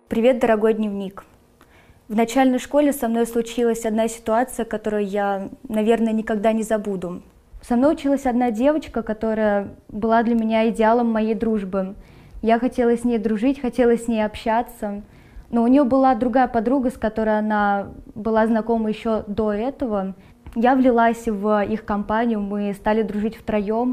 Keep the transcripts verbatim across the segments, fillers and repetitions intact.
Привет, дорогой дневник. В начальной школе со мной случилась одна ситуация, которую я, наверное, никогда не забуду. Со мной училась одна девочка, которая была для меня идеалом моей дружбы. Я хотела с ней дружить, хотела с ней общаться, но у нее была другая подруга, с которой она была знакома еще до этого. Я влилась в их компанию, мы стали дружить втроем,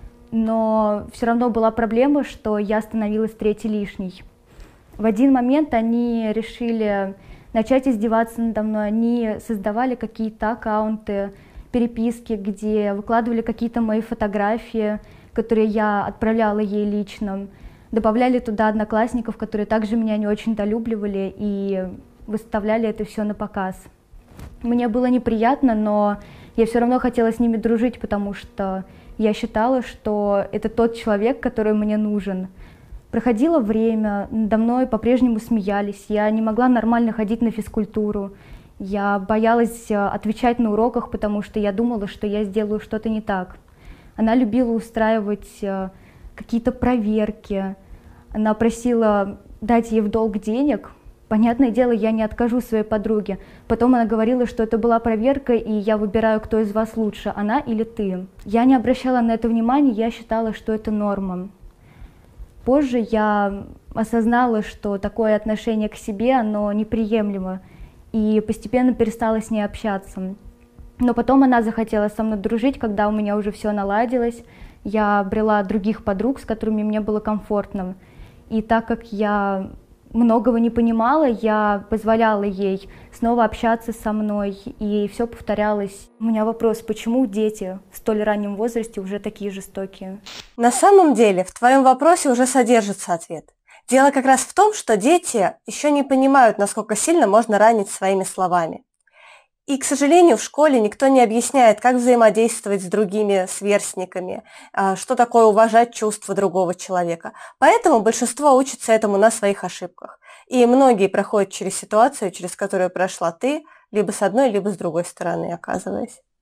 но все равно была проблема, что я становилась третьей лишней. В один момент они решили начать издеваться надо мной, они создавали какие-то аккаунты, переписки, где выкладывали какие-то мои фотографии, которые я отправляла ей лично, добавляли туда одноклассников, которые также меня не очень долюбливали и выставляли это все на показ. Мне было неприятно, но я все равно хотела с ними дружить, потому что я считала, что это тот человек, который мне нужен. Проходило время, надо мной по-прежнему смеялись, я не могла нормально ходить на физкультуру, я боялась отвечать на уроках, потому что я думала, что я сделаю что-то не так. Она любила устраивать какие-то проверки, она просила дать ей в долг денег. Понятное дело, я не откажу своей подруге. Потом она говорила, что это была проверка, и я выбираю, кто из вас лучше, она или ты. Я не обращала на это внимания, я считала, что это норма. Позже я осознала, что такое отношение к себе, оно неприемлемо, и постепенно перестала с ней общаться. Но потом она захотела со мной дружить, когда у меня уже все наладилось. Я обрела других подруг, с которыми мне было комфортно. И так как я многого не понимала, я позволяла ей снова общаться со мной, и все повторялось. У меня вопрос, почему дети в столь раннем возрасте уже такие жестокие? На самом деле в твоем вопросе уже содержится ответ. Дело как раз в том, что дети еще не понимают, насколько сильно можно ранить своими словами. И, к сожалению, в школе никто не объясняет, как взаимодействовать с другими сверстниками, что такое уважать чувства другого человека. Поэтому большинство учится этому на своих ошибках. И многие проходят через ситуацию, через которую прошла ты, либо с одной, либо с другой стороны, оказываясь.